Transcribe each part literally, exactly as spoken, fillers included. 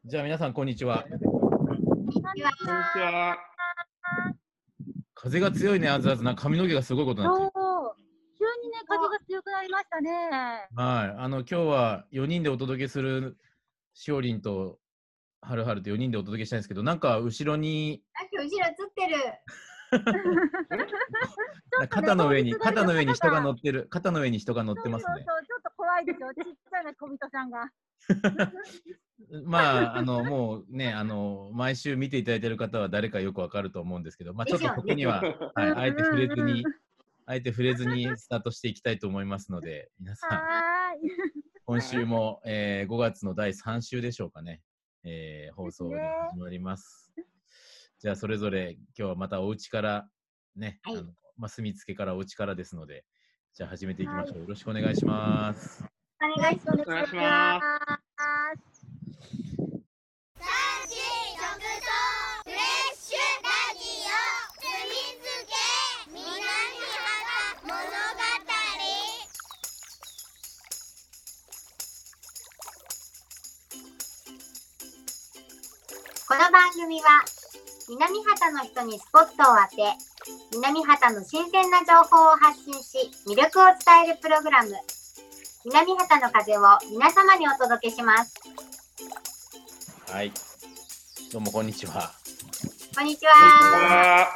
じゃあ皆さんこんにちは。 こんにちは。 風が強いね、あずあずな、髪の毛がすごいことになってる。 そう急にね、風が強くなりましたね。 はい、あの今日はよにんでお届けするしおりんとはるはるとよにんでお届けしたいんですけど、なんか後ろになんか後ろ映ってる。 肩の上に肩の上に人が乗ってる、肩の上に人が乗ってますね。 そうそうそう、ちょっと怖いでしょ、ちっちゃな小人さんが。 まああのもうね、あの毎週見ていただいている方は誰かよくわかると思うんですけど、まあちょっとここには、はい、あえて触れずに、あえて触れずにスタートしていきたいと思いますので、皆さん今週も、えー、ごがつのだいさん週でしょうかね、えー、放送に始まります。じゃあそれぞれ今日はまたお家からね、はい、あのまあ、住みつけからお家からですので、じゃあ始めていきましょう。はい、よろしくお願いします。 お願いします。お願いします。この番組は南畑の人にスポットを当て、南畑の新鮮な情報を発信し、魅力を伝えるプログラム、南畑の風を皆様にお届けします。 はい、どうもこんにちは。 こんにちは。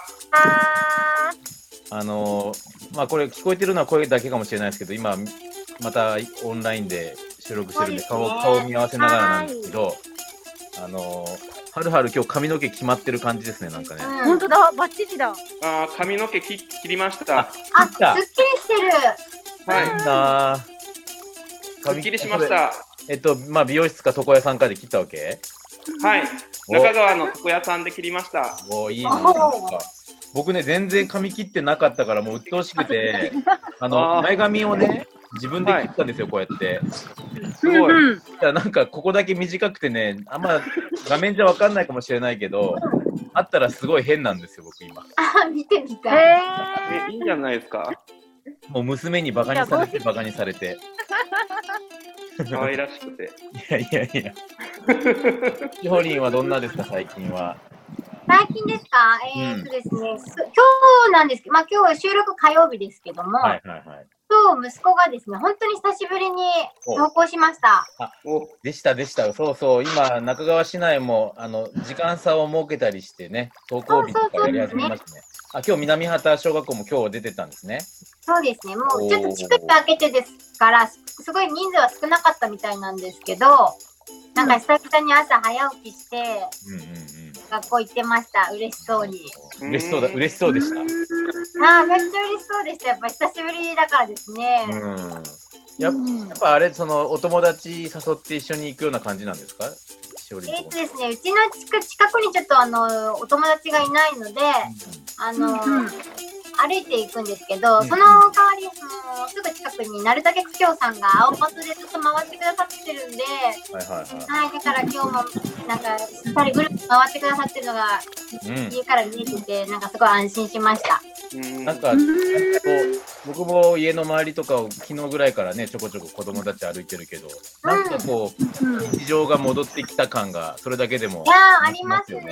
あのまあこれ聞こえてるのは声だけかもしれないですけど、今またオンラインで収録してるんで、顔顔見合わせながらなんですけど、あのはるはる今日髪の毛決まってる感じですね、なんかね。 本当だ、バッチリだ。 あー、髪の毛切切りました。 あ、すっきりしてる。 はい。 あすっきりしました。 えっとまあ美容室か床屋さんかで切ったわけ？ はい。中川の床屋さんで切りました。 お、いいな。僕ね全然髪切ってなかったからもう鬱陶しくて、あの前髪をね自分で切ったんですよ、はい、こうやって。 すごい。 なんかここだけ短くてね、あんま画面じゃわかんないかもしれないけど、あったらすごい変なんですよ、僕今。 あ、見てみたい。 え、いいんじゃないですか。 もう娘にバカにされてバカにされて。 可愛らしくて。 いやいやいや。しほりんはどんなですか、最近は。 最近ですか。えー、っとですね、うん、今日なんですけど、まあ今日収録火曜日ですけども、はいはいはい、今日息子がですね、本当に久しぶりに投稿しました。 あ、でしたでした。そうそう、今中川市内もあの時間差を設けたりしてね、投稿日とかやり始めましたね。あ、今日南畑小学校も今日出てたんですね。 そうですね。もうちょっと地区って開けてですから、すごい人数は少なかったみたいなんですけど、なんか久々に朝早起きして、うんうんうん、学校行ってました。嬉しそうに。 嬉しそうだ、嬉しそうでした。 ああ、めっちゃ嬉しそうでした。やっぱ久しぶりだからですね。うん、 や, やっぱあれ、そのお友達誘って一緒に行くような感じなんですか？ えーとですね、うちの近くにちょっとあのお友達がいないので、うん、あの、うん、歩いていくんですけど、うん、その代わりそのすぐ近くになるだけ区長さんが青パトでずっと回ってくださってるんで、はいはいはい、はい、だから今日もなんかふたりぐるっと回ってくださってるのが、うん、家から見えてて、なんかすごい安心しました。 うん、なんかこう僕も家の周りとかを昨日ぐらいからねちょこちょこ子供たち歩いてるけど、うん、なんかこう日常が戻ってきた感がそれだけでも、 いやありますよね。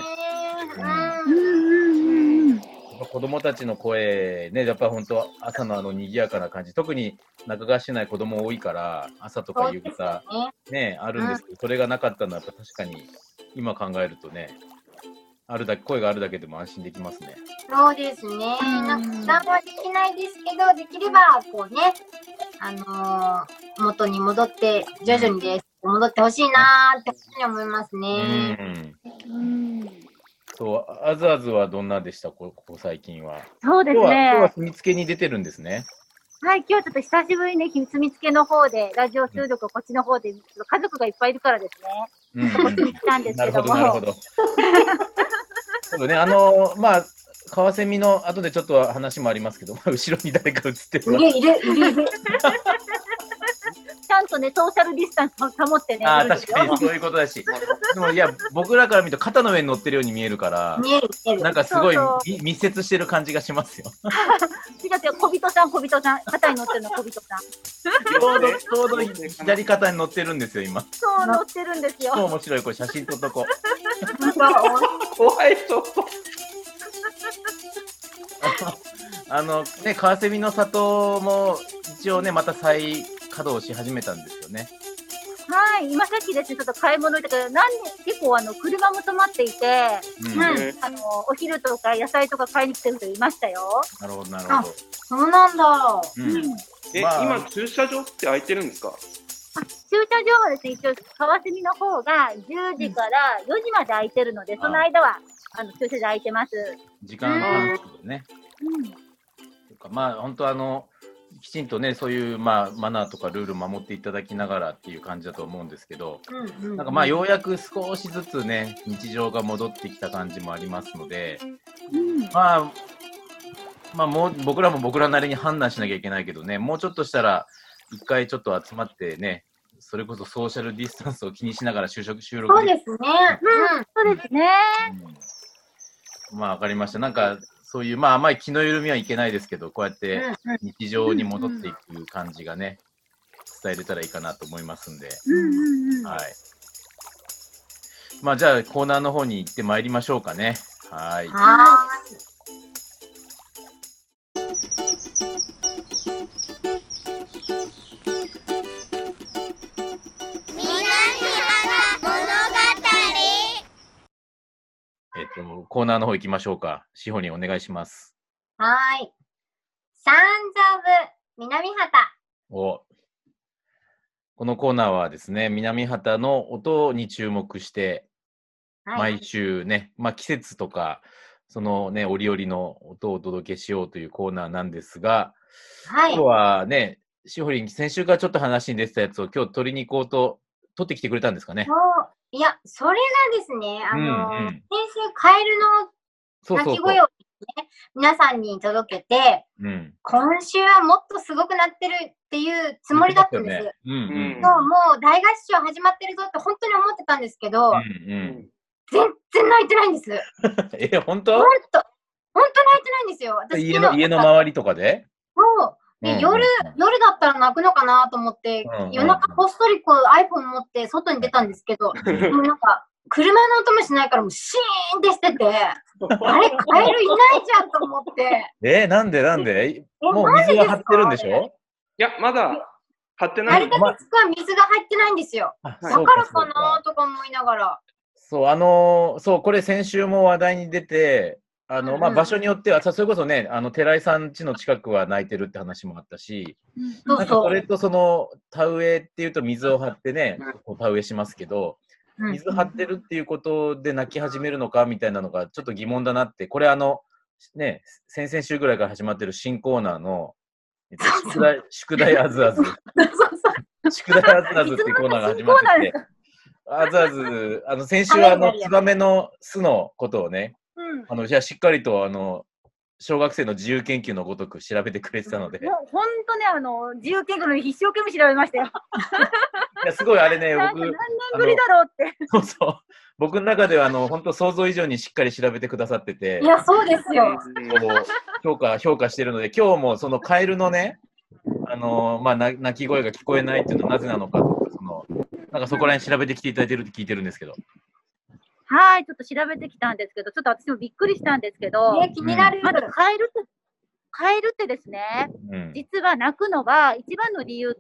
子供たちの声ね、やっぱ本当朝のあの賑やかな感じ、特に中川市内子供多いから朝とか夕方 ね, ねあるんですけど、うん、それがなかったのはやっぱ確かに今考えるとね、あるだけ声があるだけでも安心できますね。 そうですね。なんか負担はできないですけど、できればこうね、あのー、元に戻って徐々にです、うん、戻ってほしいなーって思いますね。うん。 うんそう、あずあずはどんなでしたここ最近は。 そうですね。 今日は、今日は秘密系に出てるんですね。 はい、今日ちょっと久しぶりに秘密系の方でラジオ収録をこっちの方で、うん、家族がいっぱいいるからですね。うん、こっちに来たんですけども。 なるほどなるほど。そうね、あのー、まあ川蝉の後でちょっと話もありますけど、後ろに誰か映ってる。 いるいるいる。ちゃんとね、ソーシャルディスタンスを保ってね。 ああ、確かにそういうことだし。でもいや、僕らから見ると肩の上に乗ってるように見えるから、 見える見える。 なんかすごいそうみ密接してる感じがしますよ。 違う違う、小人さん、小人さん。肩に乗ってるの小人さん。 ちょうど、ちょうど左肩に乗ってるんですよ、今。 そう、乗ってるんですよ。 面白い、これ写真撮っとこう。 怖い、ちょっと。 あのね、カワセミの里も一応ね、また再稼働し始めたんですよね。 はい、今さっきですね、ちょっと買い物行ったけど、なんで結構あの車も止まっていて、 うんうん、あのお昼とか野菜とか買いに来てる人いましたよ。 なるほど、なるほど。 そうなんだ。 うん、 え、 まあ、 今駐車場って空いてるんですか？ あ、駐車場はですね、一応カワセミの方がじゅうじからよじまで空いてるので、その間はあの駐車場空いてます。 時間短縮でね。 うんまあ本当あのきちんとねそういうまあマナーとかルール守っていただきながらっていう感じだと思うんですけど、 うんうん、 なんかまあようやく少しずつね日常が戻ってきた感じもありますので、 うん、 まあまあもう僕らも僕らなりに判断しなきゃいけないけどね、もうちょっとしたら一回ちょっと集まってね、それこそソーシャルディスタンスを気にしながら就職収録そうですね。 うん、そうですね。 うん、まあわかりました。なんかそういう、まあ、あまり気の緩みはいけないですけど、こうやって日常に戻っていく感じがね、伝えれたらいいかなと思いますんで。はい。まあ、じゃあ、コーナーの方に行ってまいりましょうかね。はい。 はーい。 えっと、コーナーの方行きましょうか。しほにお願いします。 はーい。サウンズオブ南畑。 お、このコーナーはですね、南畑の音に注目して、 はい、 毎週ね、まあ季節とか、そのね、折々の音をお届けしようというコーナーなんですが、 はい、 今日はね、しほりん、先週からちょっと話に出てたやつを今日取りに行こうと、取ってきてくれたんですかね。 いや、それがですね、あの、 うんうん、 先週カエルの鳴き声を、ね、皆さんに届けて、 うん、 今週はもっとすごくなってるっていうつもりだったんです。ね、うんうん、そう、もう大合唱始まってるぞって本当に思ってたんですけど、うんうん、全然泣いてないんです。 え、本当？ 本当、本当泣いてないんですよ。私家の家の周りとかで？ そうで、うんうん、夜、夜だったら泣くのかなと思って、うんうん、夜中こっそりこう iPhone 持って外に出たんですけど、もうなんか、車の音もしないからもうシーンってしてて、あれ、カエルいないじゃんと思って。 えー、なんでなんでもう水が張ってるんでしょ？ いや、まだ張ってない。 成田鉄は水が入ってないんですよ。だからかなとか思いながら。 そう、あのー、そう、これ先週も話題に出て、あの、まあ、場所によっては、それこそね、あの、寺井さん家の近くは泣いてるって話もあったし、うん、なんかそれとその、田植えっていうと水を張ってね、田植えしますけど、水張ってるっていうことで泣き始めるのかみたいなのがちょっと疑問だなって、これあの、ね、先々週ぐらいから始まってる新コーナーの、えっと、宿題、宿題あずあず。宿題あずあずっていうコーナーが始まってて、あずあず、あの、先週はあの、ツバメの巣のことをね、うん、あのじゃあしっかりとあの小学生の自由研究のごとく調べてくれてたので、 もう本当ね、あの自由研究の必勝懸命調べましたよ。 いやすごいあれね、僕何年ぶりだろうって。 そうそう、僕の中ではあの本当想像以上にしっかり調べてくださってて、 いやそうですよ。 評価評価してるので、今日もそのカエルのね、あのまあ鳴き声が聞こえないっていうのはなぜなのかとか、そのなんかそこら辺調べてきていただいてるって聞いてるんですけど。 はい、ちょっと調べてきたんですけど、ちょっと私もびっくりしたんですけど、 ね、気になる。 まずカエルって、カエルってですね、うん、実は鳴くのは一番の理由って、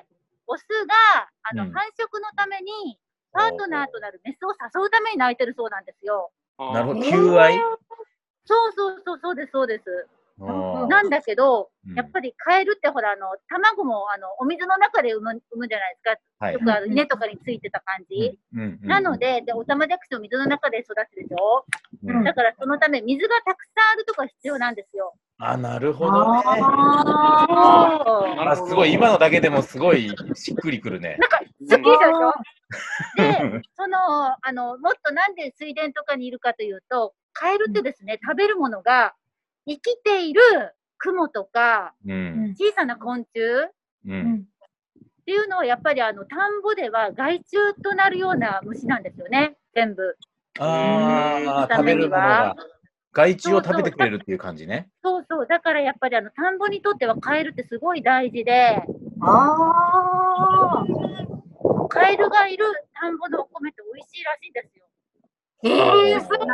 オスがあの、うん、繁殖のためにパートナーとなるメスを誘うために鳴いてるそうなんですよ。 なるほど、求愛？ そうそうそう、そうです、そうです。なんだけど、うん、やっぱりカエルってほら、あの卵もあのお水の中で産む、産むじゃないですか。はい、よくあの稲とかについてた感じ。うんうんうん、なので、で、オタマジャクシを水の中で育つでしょ、うん、だからそのため水がたくさんあるとか必要なんですよ。 あ、なるほどね。あ、すごい、今のだけでもすごいしっくりくるね。 なんか、すっきりしたでしょで、その、あの、もっとなんで水田とかにいるかというと、カエルってですね、食べるものが、生きているクモとか、うん、小さな昆虫、うん、ってっていうのはやっぱりあの田んぼでは害虫となるような虫なんですよね、全部。 ああ、食べるものが害虫を食べてくれるっていう感じね。 そうそう、だからやっぱりあの田んぼにとってはカエルってすごい大事で、 あカエルがいる田んぼのお米って美味しいらしいんですよ。 えー、すごい。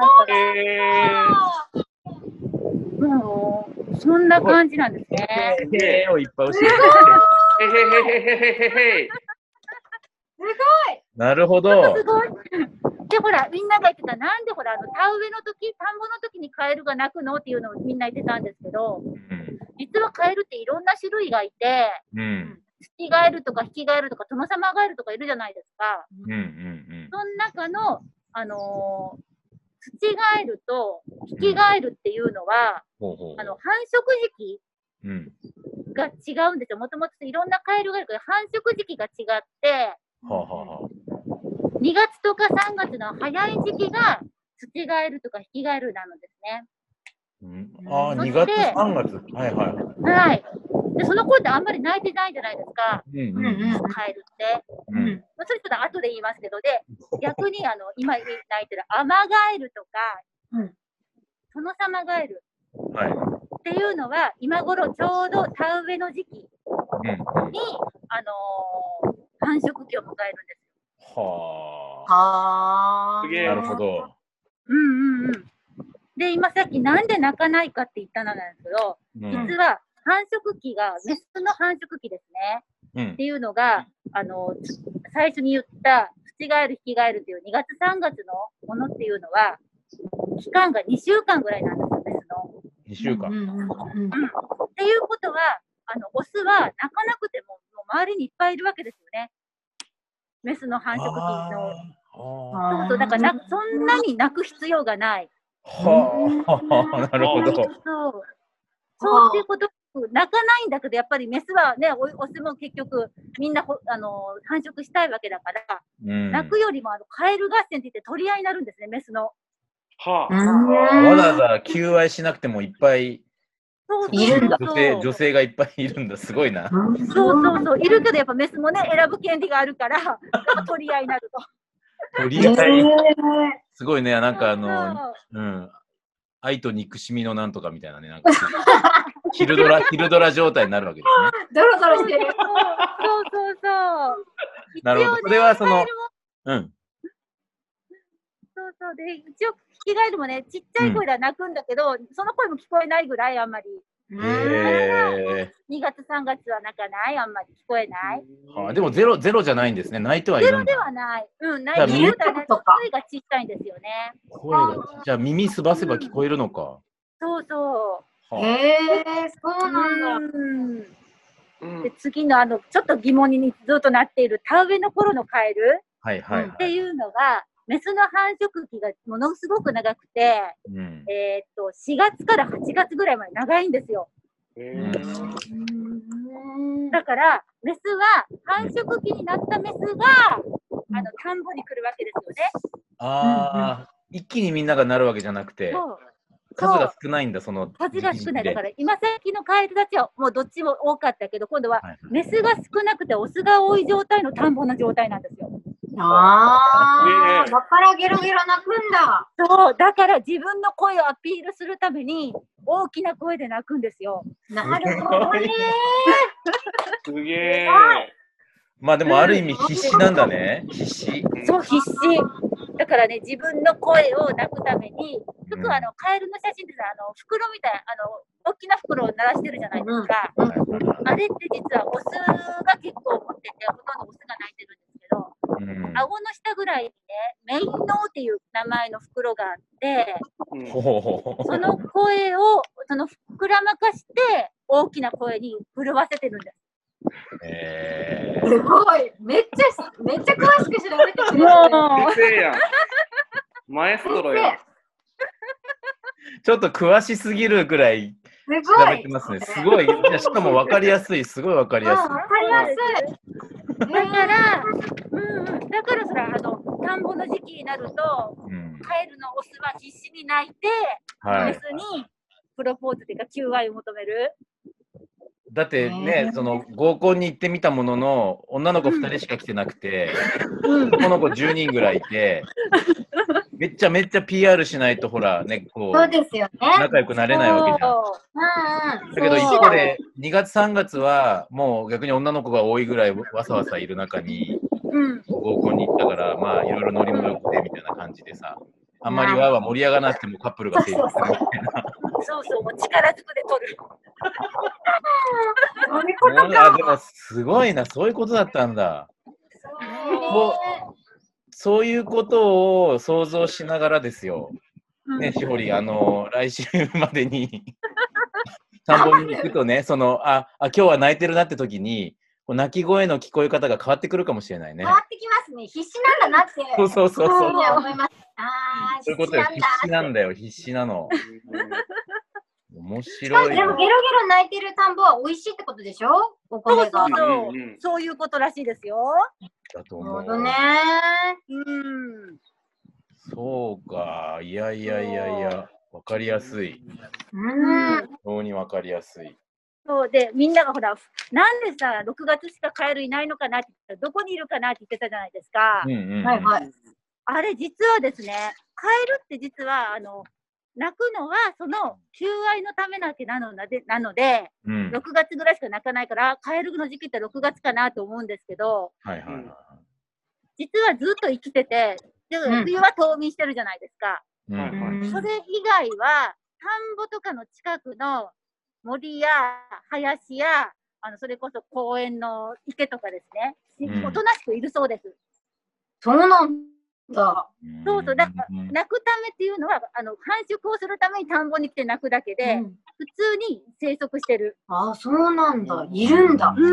もうそんな感じなんですね。 へえをいっぱい教えて。 へへへへへへへ。 すごい。 なるほど。 すごい。で、ほら、みんなが言ってた、なんでほら、あの田植えの時、田んぼの時にカエルが鳴くのっていうのをみんな言ってたんですけど、 うん、 実はカエルっていろんな種類がいて、 うん、 ツキガエルとかヒキガエルとかトノサマガエルとかいるじゃないですか。 うん、うん、 その中の、あのー、ツチガエルとヒキガエルっていうのは、 ほうほうほう、 あの繁殖時期が違うんですよ。もともといろんなカエルがいるから繁殖時期が違って、 はあはあ、 にがつとかさんがつの早い時期がツチガエルとかヒキガエルなのですね。 うん、ああ、にがつ、さんがつ。はいはい。 はい。で、その頃ってあんまり泣いてないじゃないですか。 うんうんうん、 カエルって。 うん。 まあ、それちょっと後で言いますけど、で、逆にあの今泣いてるアマガエルとか、 うん、 トノサマガエルはいっていうのは、今頃ちょうど田植えの時期に、 うん、 あのー、繁殖期を迎えるんですよ。はあ。 すげえ。 なるほど。 うんうんうん。で、今さっきなんで泣かないかって言ったのなんですけど、うん、実は繁殖期が、メスの繁殖期ですね。うん、っていうのが、あの、最初に言ったツチガエル、ヒキガエルっていうにがつさんがつのものっていうのは、期間がにしゅうかんぐらいなんですよ、メスの。 にしゅうかん。うんうんうん、 っていうことは、あの、オスは泣かなくても、もう周りにいっぱいいるわけですよね。メスの繁殖期の。そうそう、だからな、そんなに泣く必要がない。 はあ、なるほど。そう。 そうっていうこと、泣かないんだけど、やっぱりメスはね、オスも結局、みんなほあの繁殖したいわけだから、うん、泣くよりもあのカエル合戦って言って取り合いになるんですね、メスの。 はあ、 わざわざ求愛しなくてもいっぱいいるんだ。 女性、女性がいっぱいいるんだ、すごいな。 そうそうそう、いるけど、やっぱメスもね、選ぶ権利があるから、取り合いになると。 取り合い、すごいね、なんかあの、うん、愛と憎しみのなんとかみたいなね、なんかヒルドラ、ヒルドラ状態になるわけですね。 ドロドロしてる。 そうそうそう。 なるほど、それはその、うん。 そうそうで、一応、ヒキガエルもね、ちっちゃい声では泣くんだけど、うん、その声も聞こえないぐらい、あんまり。 へにがつ、さんがつは泣かない、あんまり聞こえない。 はあ、でもゼロ、ゼロじゃないんですね。泣いてはいるんだ。 ゼロではない。うん、泣いてるだね。声が小さいんですよね。 声が、じゃあ耳すばせば聞こえるのか。 そうそう。 へえ、そうなんだ。 うん。で、次のあの、ちょっと疑問にずっとなっている田植えの頃のカエルっていうのが、メスの繁殖期がものすごく長くて、うん、えっと、しがつからはちがつぐらいまで長いんですよ。うんだから、メスは繁殖期になったメスが、あの田んぼに来るわけですよね。 ああ、一気にみんながなるわけじゃなくて、数が少ないんだ、その。 数が少ない。だから、今さっきのカエルたちはもうどっちも多かったけど、今度はメスが少なくてオスが多い状態の田んぼの状態なんですよ。 ああ、だからゲロゲロ泣くんだ。 そう、だから自分の声をアピールするために大きな声で泣くんですよ。 なるほどね。 すげえ。 まあでもある意味必死なんだね。必死。 そう、必死。だからね、自分の声を泣くために、よくあのカエルの写真でさ、あの袋みたいな、あの大きな袋を鳴らしてるじゃないですか。うん、あれって実はオスが結構持ってて、ほとんどオスが泣いてるんですけど、うん、顎の下ぐらいにね、メインノーっていう名前の袋があって、うん、その声を、その膨らまかして、大きな声に震わせてるんです。 えー、すごい、めっちゃ、めっちゃ詳しく調べてくれる。 先生やん。マエストロやん。 ちょっと詳しすぎるくらい調べてますね。すごい。しかも分かりやすい。すごい分かりやすい。 分かりやすい。だから、うんうん、だからそれあの田んぼの時期になると、うん、カエルのオスは必死に泣いて、はい、メスにプロポーズというか求愛を求める。 だってね、その合コンに行ってみたものの、女の子ふたりしか来てなくて、男の子じゅうにんぐらいいて、めっちゃめっちゃ ピーアール しないと、ほら、ね、こう、 そうですよね。 仲良くなれないわけじゃん。 うんうん。 だけど、一方で、にがつ、さんがつは、もう逆に女の子が多いぐらいわさわさいる中に、合コンに行ったから、まあ、いろいろノリも良くてみたいな感じでさ、あんまりわーわー盛り上がらなくてもカップルが成立するみたいな。 そうそう、もう力ずくで取る。 そういうことあか。 でも、すごいな、そういうことだったんだ。そうそういうことを想像しながらですよ。ね、しほり、あの、来週までに田んぼに行くとね、その、あ、あ、今日は泣いてるなって時に、こう泣き声の聞こえ方が変わってくるかもしれないね。 変わってきますね。必死なんだなって。 そうそうそうそう。 思います。ああ、 そういうことよ、必死なんだよ、必死なの。面白い。 でもゲロゲロ泣いてる田んぼは美味しいってことでしょ？お米が。 そうそうそう。そういうことらしいですよ。 だと思う。 なるほどね。 うん。 そうか。いやいやいやいや、わかりやすい。 うん。 非常にわかりやすい。 そうで、みんながほら、なんでさ、ろくがつしかカエルいないのかなって言ったら、どこにいるかなって言ってたじゃないですか。 うんうんうん、 はいはい。 あれ、実はですね、カエルって実は、あの、鳴くのは、その、求愛のためだけなので、なので、うん、ろくがつぐらいしか鳴かないから、カエルの時期ってろくがつかなと思うんですけど、 はいはいはい、 実はずっと生きてて、で冬は冬眠してるじゃないですか。 うんうん、 それ以外は、田んぼとかの近くの森や林や、あのそれこそ公園の池とかですね、うん、おとなしくいるそうです。 そうなんだ。 そうそう、だから鳴くためっていうのは、あの繁殖をするために田んぼに来て鳴くだけで、うん、普通に生息してる。 ああ、そうなんだ。いるんだ。うん、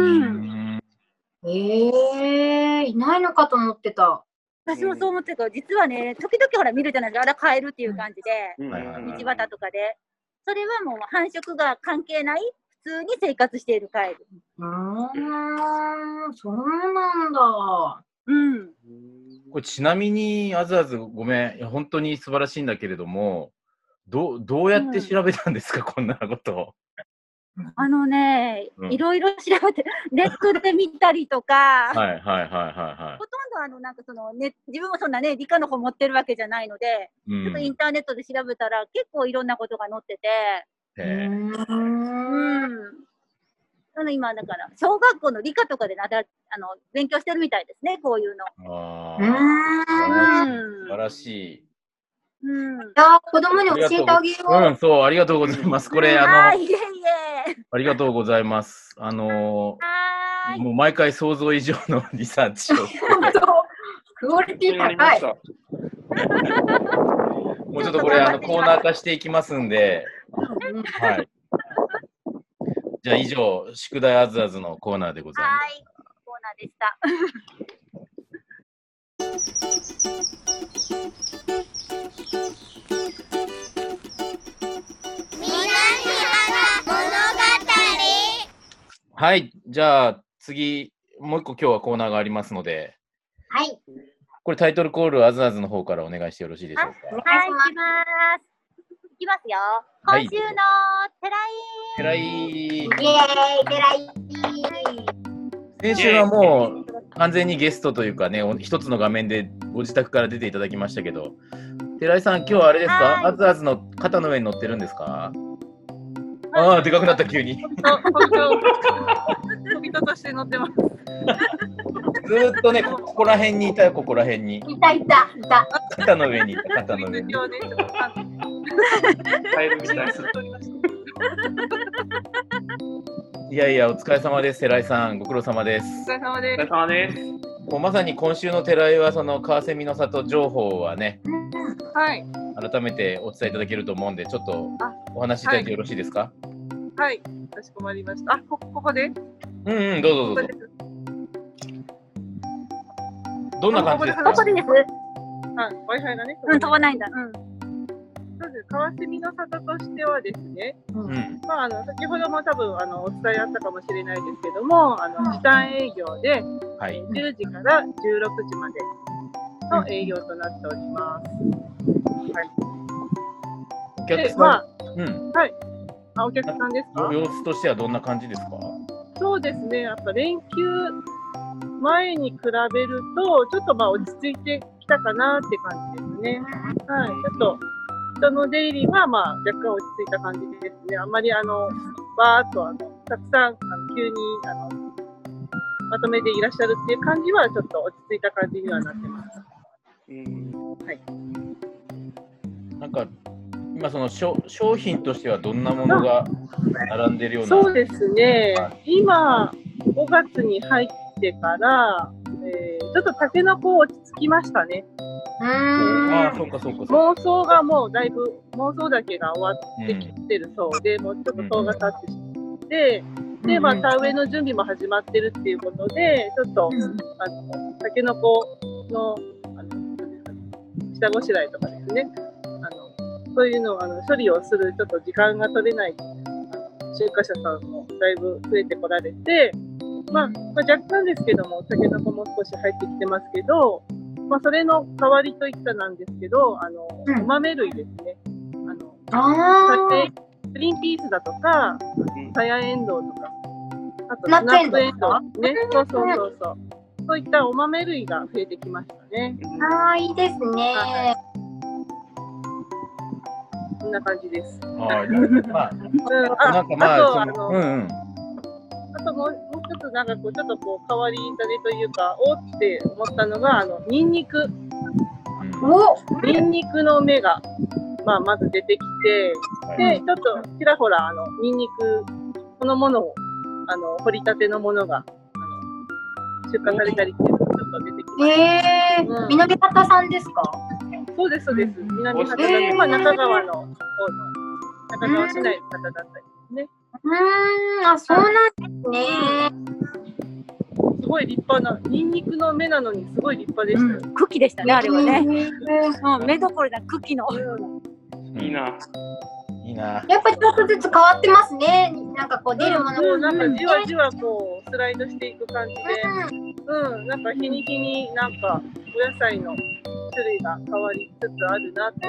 ええー、いないのかと思ってた。 私もそう思ってるけど、実はね、時々ほら見るじゃないですか、あらカエルっていう感じで、うん、道端とかで。それはもう繁殖が関係ない、普通に生活しているカエル。 うーん、そうなんだ。 うん。 これちなみに、あずあずごめん、いや本当に素晴らしいんだけれども、ど, どうやって調べたんですか、うん、こんなことを。 あのね、うん、いろいろ調べて、ネットで見たりとか、 はいはいはいはいはい。 ほとんどあのなんかその、ね、自分もそんなね、理科の本持ってるわけじゃないので、うん、ちょっとインターネットで調べたら結構いろんなことが載ってて、 へー。 うん。あの今だから小学校の理科とかでなだあの勉強してるみたいですね、こういうの。 ああ、素晴らしい。 うん、 いや子供に教えてあげよう。 うん、そう、ありがとうございます。これ、あの、 あいえいえありがとうございます。あのー、もう毎回想像以上のリサーチを。 クオリティ高い。 もうちょっとこれ、あの、コーナー化していきますんで、はい。じゃあ以上、宿題あずあずのコーナーでございます。 はい、コーナーでした。 はい、じゃあ次、もう一個今日はコーナーがありますので、 はい。 これタイトルコール、あずあずの方からお願いしてよろしいでしょうか。 はい、いきます。いきますよ。今週のテライ。 テライ。 イエーイ、テライ。 先週はもう完全にゲストというかね、一つの画面でご自宅から出ていただきましたけど、寺井さん、今日はあれですか、あずあずの肩の上に乗ってるんですか？ああ、でかくなった、急に。 飛び立たして乗ってます。 ずーっとね、ここら辺にいたよ、ここら辺に。 いたいた、いた。 肩の上にいた、肩の上に。いやいや、お疲れ様です、寺井さん。ご苦労様です。 お疲れ様です。 お疲れ様です。 もうまさに今週の寺井は、その川蝉の里情報はね、 はい。 改めてお伝えいただけると思うんで、ちょっとお話しいただいてよろしいですか？ はい、かしこまりました。あ、こここで？ うんうん、どうぞどうぞ。どんな感じですか？ ここでです。 はい、Wi-Fi がね。 うん、飛ばないんだ。うん。 そうです。川蝉の里としてはですね、 うん、 まああの先ほども多分あのお伝えあったかもしれないですけども、あの時短営業で、はい、じゅうじからじゅうろくじまでの営業となっております。はい。 お客さん、まあ、 うん、はい。 あ、お客さんですか？ 様子としてはどんな感じですか？ そうですね、やっぱ連休前に比べると、ちょっとまあ落ち着いてきたかなって感じですね。はい、ちょっと人の出入りはまあ若干落ち着いた感じですね。あんまりあの、バーっとあのたくさんあの急にあのまとめていらっしゃるっていう感じはちょっと落ち着いた感じにはなってます。はい。 なんか今その商品としてはどんなものが並んでるような。 そうですね。今ごがつに入ってから、えー、ちょっとタケノコ落ち着きましたね。 うーん。 ああ、そうかそうか。 妄想がもうだいぶ妄想だけが終わってきてるそうで、うん、もうちょっと遠が経ってきて、うん、でまあ田植えの準備も始まってるっていうことで、ちょっと、うん、あのタケノコのあの下ごしらえとかですね。そういうのをあの処理をするちょっと時間が取れないあの集荷者さんもだいぶ増えてこられて、まあ、まあ、若干ですけども、タケノコも少し入ってきてますけど、まあ、それの代わりといったなんですけど、あの、うん、お豆類ですね。あの、あグリーンピースだとか、さやえんどうとか、あとスナップエンドウね。そうそうそうそう。そういったお豆類が増えてきましたね。 ああ、いいですね。はい、 こんな感じです。 はい。まあ、うん、なんかまあ、 あと、あの、うんうん、あともう、もう一つ、なんかこう、ちょっとこう、変わり種というか、おって思ったのが、あの、ニンニク。おニンニクの芽が、まあ、まず出てきて、で、ちょっと、ちらほら、あの、ニンニクそのものを、あの、掘りたてのものが、あの、出荷されたりっていうのがちょっと出てきて。 えー、うん、南方さんですか？ そうです、そうです。南方で、まあ、中川の方の、中川市内の方だったりですね。 うーん、あ、そうなんですね。 すごい立派な、ニンニクの芽なのにすごい立派でしたよ。 うん、茎でしたね、あれはね。うん、芽どころだ、茎の。 いいな。 いいな。 やっぱりちょっとずつ変わってますね。なんかこう出るものも。なんかじわじわこうスライドしていく感じで、うん、うん、なんか日に日になんかお野菜の種類が変わりつつあるなっていう、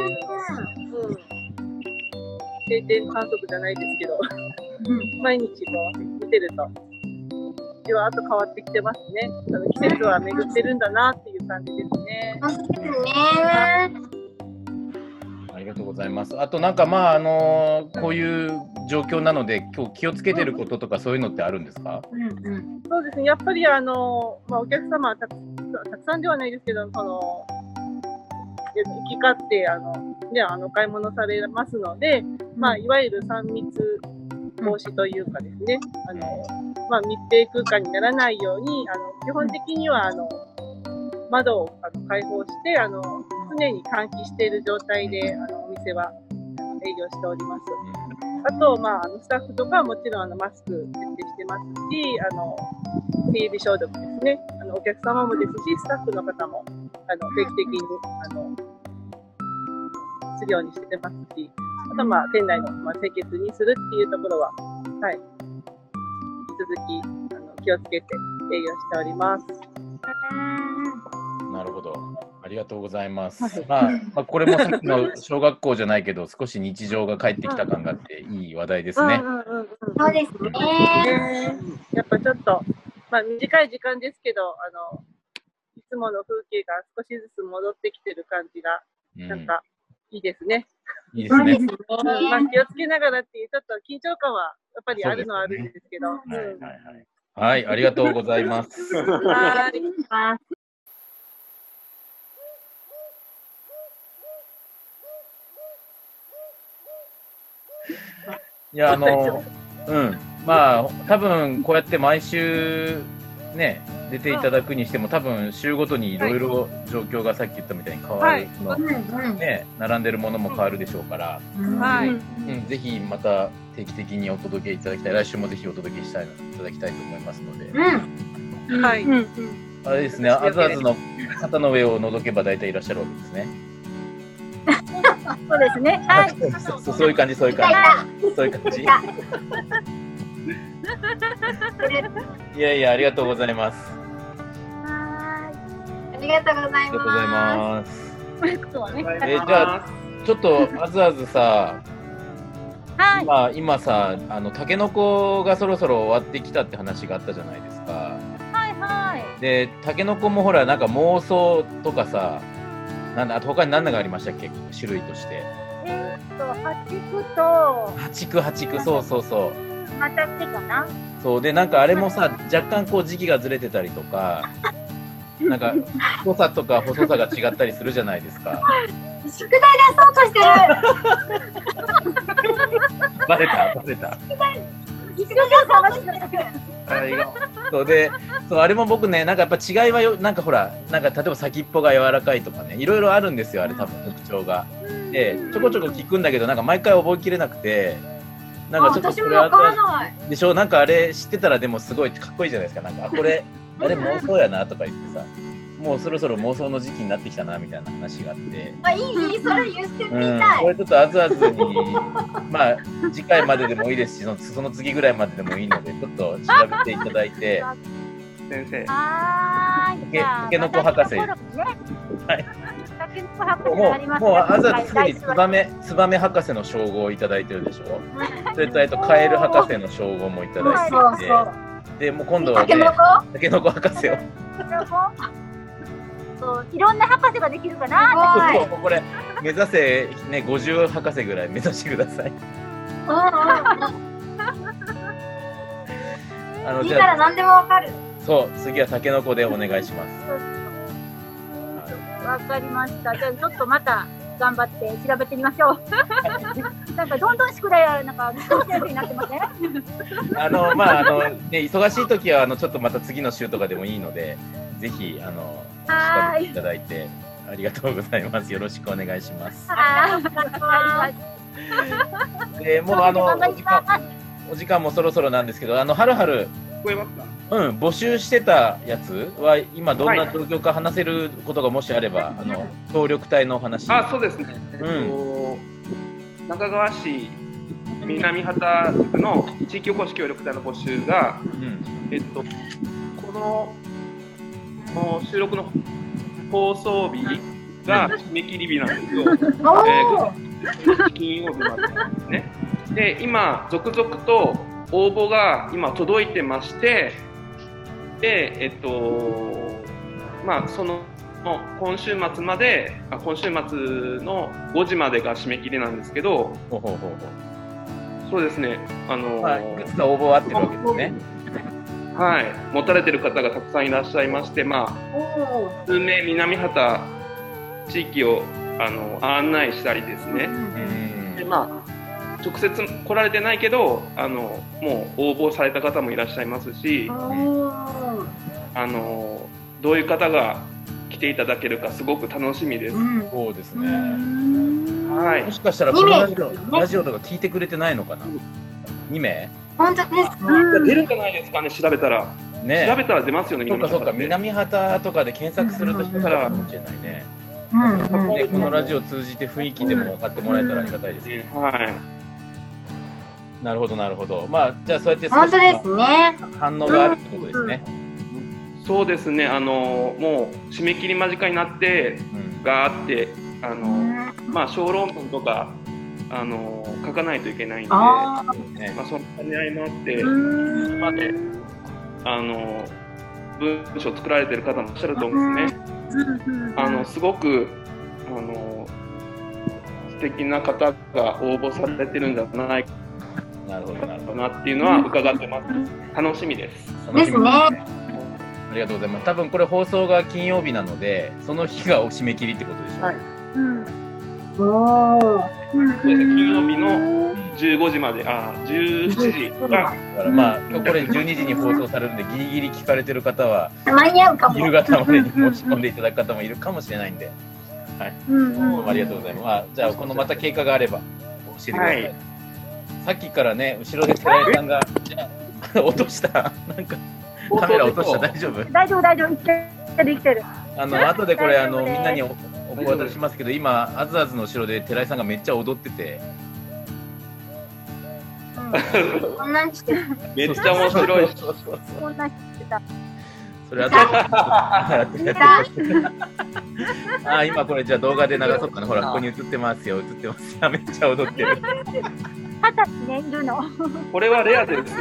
うん、定点観測じゃないですけど、うん、毎日こう見てるとじわっと変わってきてますね。季節は巡ってるんだなっていう感じですね。 そうですね。 ありがとうございます。あとなんかまああのー、こういう状況なので今日気をつけてることとかそういうのってあるんですか？ うんうん、そうですね。やっぱりあのまあお客様はたく、たくさんではないですけど、その行き交ってあのねあの買い物されますので、まあいわゆるさん密防止というかですね、あのまあ密閉空間にならないようにあの基本的にはあの窓をあの開放してあの常に換気している状態であのお店は営業しております。あと、まあ、あのスタッフとかはもちろんあのマスク徹底してますし、あの手指消毒ですね。あのお客様もですし、スタッフの方もあの定期的にあのするようにしてますし、あとまあ店内の、まあ、清潔にするっていうところは、はい、引き続きあの気をつけて営業しております。 なるほど。ありがとうございます。まあ、まあ、これもさっきの小学校じゃないけど、少し日常が帰ってきた感があって、いい話題ですね。 そうですね。 やっぱちょっと、まあ、短い時間ですけど、あの、いつもの風景が少しずつ戻ってきてる感じが、なんか、いいですね。 いいですね。 まあ、気をつけながらっていう、ちょっと緊張感は、やっぱりあるのはあるんですけど。はいはいはい。 はい、ありがとうございます。 はい。 いや、あの、うん、まあ、多分こうやって毎週ね、出ていただくにしても、多分週ごとにいろいろ状況がさっき言ったみたいに変わるの、はい、ね、並んでるものも変わるでしょうから、はい、うん、ぜひまた定期的にお届けいただきたい、来週もぜひお届けしたいいただきたいと思いますので、 うん、はい、 あれですね、あずあずの肩の上を覗けば大体いらっしゃるわけですね。 そうですね。はい。 そ, そういう感じ、そういう感じ。そういう感じ。いやいや、ありがとうございます。 はい。ありがとうございます。 ありがとうございます。 ね、 えー、じゃあ、ちょっとあずあずさ、 はい、 今今さあのタケノコがそろそろ終わってきたって話があったじゃないですか。 はいはい。 でタケノコもほらなんか妄想とかさ、なんだあと他に何がありましたっけ種類として。 えー、っとハチクとハチクハチクそうそうそう。 またってかな。そうでなんかあれもさ若干こう時期がずれてたりとか。なんか太さとか細さが違ったりするじゃないですか。 宿題出そうとしてる。 バレたバレた。 宿題出そうとしてる。 そうで、そうあれも僕ねなんかやっぱ違いはよなんかほらなんか例えば先っぽが柔らかいとかねいろいろあるんですよあれ多分特徴が。でちょこちょこ聞くんだけどなんか毎回覚えきれなくて。なんかちょっとこれわからないでしょなんかあれ知ってたらでもすごいかっこいいじゃないですかなんかこれあれ妄想やなとか言ってさもうそろそろ妄想の時期になってきたなみたいな話があってあいいいいそれ言ってみたい、 うん、これちょっとあずあずにまあ次回まででもいいですしその、その次ぐらいまででもいいのでちょっと調べていただいて先生あーたけのこ博士、ね、はいもうもうあずあずすでにツバメツバメ博士の称号をいただいてるでしょそれとえっとカエル博士の称号もいただいていて、でもう今度はねたけのこ博士をそういろんな博士ができるかなそうそうこれ目指せねごじゅう博士ぐらい目指してくださいあのじゃあ聞いたら何でもわかる。 そう次はたけのこでお願いします。 わかりました。じゃあちょっとまた頑張って調べてみましょう。なんかどんどん宿題なんか難しいやつになってません？ あのまああのね忙しい時はあのちょっとまた次の週とかでもいいので、ぜひあの調べていただいてありがとうございます。よろしくお願いします。 はい。 でもうあのお時間お時間もそろそろなんですけど、あのはるはる聞こえますか？ うん募集してたやつは今どんな状況か話せることがもしあれば、はい、あの協力隊の話。 あそうですね。 うん。 えっと中川市南畑区の地域おこし協力隊の募集が、うん、えっとこの収録の放送日が締め切り日なんですよ。えー、金曜日までなんですね。で今続々と応募が今届いてまして、でえっとまあその今週末まであ今週末のごじまでが締め切りなんですけど、 ほうほうほうほうそうですねあのーまあ、いくつか応募はあってるわけですね。 はい、持たれてる方がたくさんいらっしゃいまして、まあ、数名南畑地域をあの案内したりですね、でまあ、直接来られてないけどあのもう応募された方もいらっしゃいますし、あのどういう方が来ていただけるかすごく楽しみです。 そうですね、 はい、 もしかしたらこのラジオ、ラジオとか聞いてくれてないのかな。に名本当ですか？ 出るんじゃないですかね、調べたら。ね、調べたら出ますよね、 そうかそうか、南畑とかで検索するとしたらかもしれないね。で、このラジオを通じて雰囲気でも分かってもらえたらありがたいですね。 はい。 なるほど、なるほど。まあ、じゃあそうやって本当ですね。 反応があるってことですね。 そうですね、あの、もう締め切り間近になって、があって、あの、まあ、小論文とか、あの書かないといけないんで、あ、ね、まあ、その兼ね合いもあって今まであの文章を作られてる方もいらっしゃると思うんですね。あのすごくあの素敵な方が応募されてるんじゃないかなっていうのは伺ってます。楽しみです。 ですね。 ありがとうございます。多分これ放送が金曜日なので、その日がお締め切りってことでしょう。はい、うん、 金曜日のじゅうごじまで、あ、じゅうしちじが、だからまあ今日これじゅうにじに放送されるんでギリギリ聞かれてる方は間に合うかも。 夕方までに持ち込んでいただく方もいるかもしれないんで、はい、ありがとうございます。まあ、じゃあこのまた経過があれば教えてください。はい、さっきからね後ろで寺井さんが落としたなんかカメラ落とした大丈夫？ 大丈夫大丈夫生きてる生きてる。 あの後でこれあのみんなにお渡ししますけど、今あずあずの後ろで寺井さんがめっちゃ踊ってて、 こんなんしてめっちゃ面白い。 こんなんしてた。 それあとあ今これじゃあ動画で流そうかな。ほらここに映ってますよ映ってます。めっちゃ踊ってる。 ハたちね、いるの。 これはレアですよ。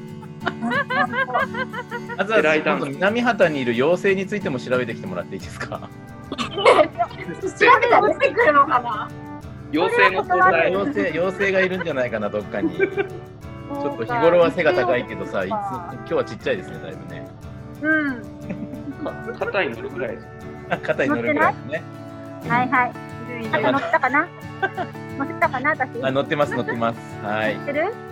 あとは今度南畑にいる妖精についても調べてきてもらっていいですか。 調べたら出てくるのかな。 妖精の存在。 妖精、妖精がいるんじゃないかな、どっかに。ちょっと日頃は背が高いけどさ、いつ今日はちっちゃいですね、だいぶね。 うん。 肩に乗るぐらいです。 肩に乗るぐらいですね。 はいはい。肩乗ったかな。乗ってたかな、私。 あ、乗ってます、乗ってます。はい。 乗ってる？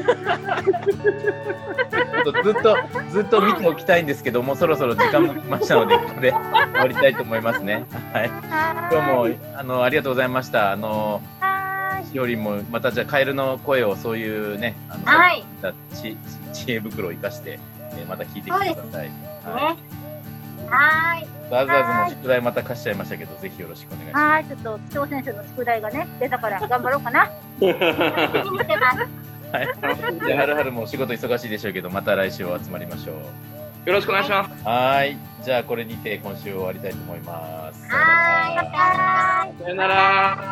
ずっとずっと見ておきたいんですけども、そろそろ時間も来ましたので、ここで終わりたいと思いますね。はい。今日もあのありがとうございました。あのしおりんもまたじゃあカエルの声をそういうね、あの、はい、知知恵袋を生かして、えー、また聞いてきてください。 はい。はい。 ザーザーズも宿題また貸しちゃいましたけど、ぜひよろしくお願いします。 はい、ちょっと紀藤先生の宿題がね出たから頑張ろうかな。 はい。じゃあはるはるもお仕事忙しいでしょうけど、また来週お集まりましょう。 よろしくお願いします。 はい。じゃあこれにて今週終わりたいと思います。 はい。 さよなら。